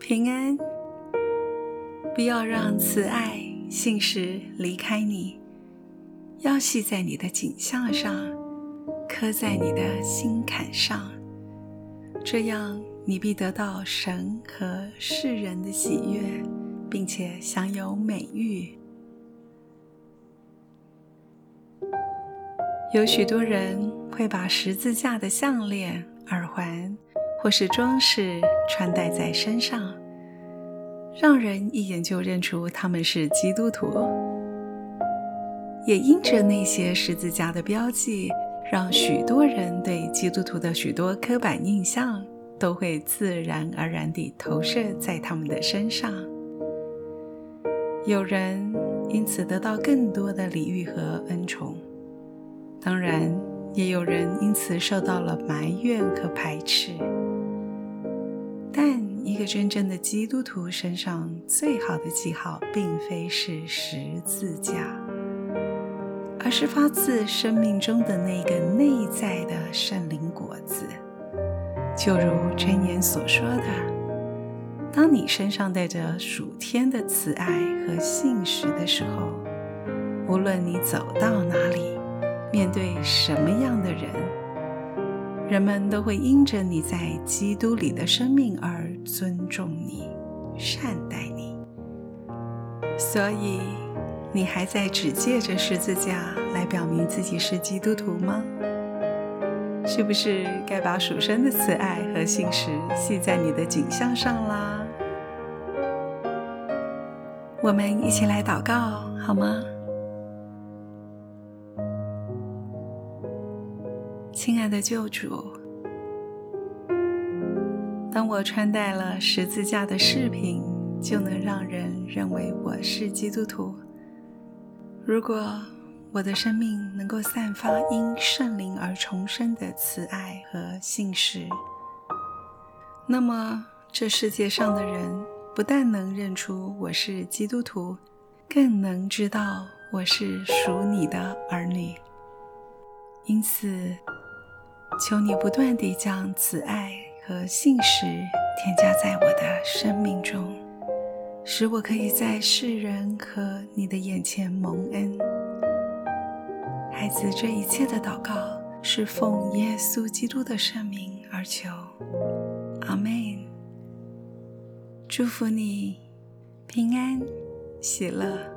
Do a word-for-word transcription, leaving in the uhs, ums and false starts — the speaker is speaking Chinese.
平安。不要让慈爱、信实离开你，要系在你的颈项上，刻在你的心坎上，这样你必得到神和世人的喜悦，并且享有美誉。有许多人会把十字架的项链、耳环或是装饰穿戴在身上，让人一眼就认出他们是基督徒。也因着那些十字架的标记，让许多人对基督徒的许多刻板印象都会自然而然地投射在他们的身上。有人因此得到更多的礼遇和恩宠，当然也有人因此受到了埋怨和排斥。但一个真正的基督徒身上最好的记号并非是十字架，而是发自生命中的那个内在的圣灵果子。就如箴言所说的，当你身上带着属天的慈爱和信实的时候，无论你走到哪里，面对什么样的人，人们都会因着你在基督里的生命而尊重你、善待你。所以，你还在只借着十字架来表明自己是基督徒吗？是不是该把属神的慈爱和信实系在你的颈项上啦？我们一起来祷告，好吗？亲爱的救主，当我穿戴了十字架的饰品，就能让人认为我是基督徒。如果我的生命能够散发因圣灵而重生的慈爱和信实，那么这世界上的人不但能认出我是基督徒，更能知道我是属你的儿女。因此，求你不断地将慈爱和信实添加在我的生命中，使我可以在世人和你的眼前蒙恩。孩子，这一切的祷告是奉耶稣基督的圣名而求，阿们。祝福你平安喜乐。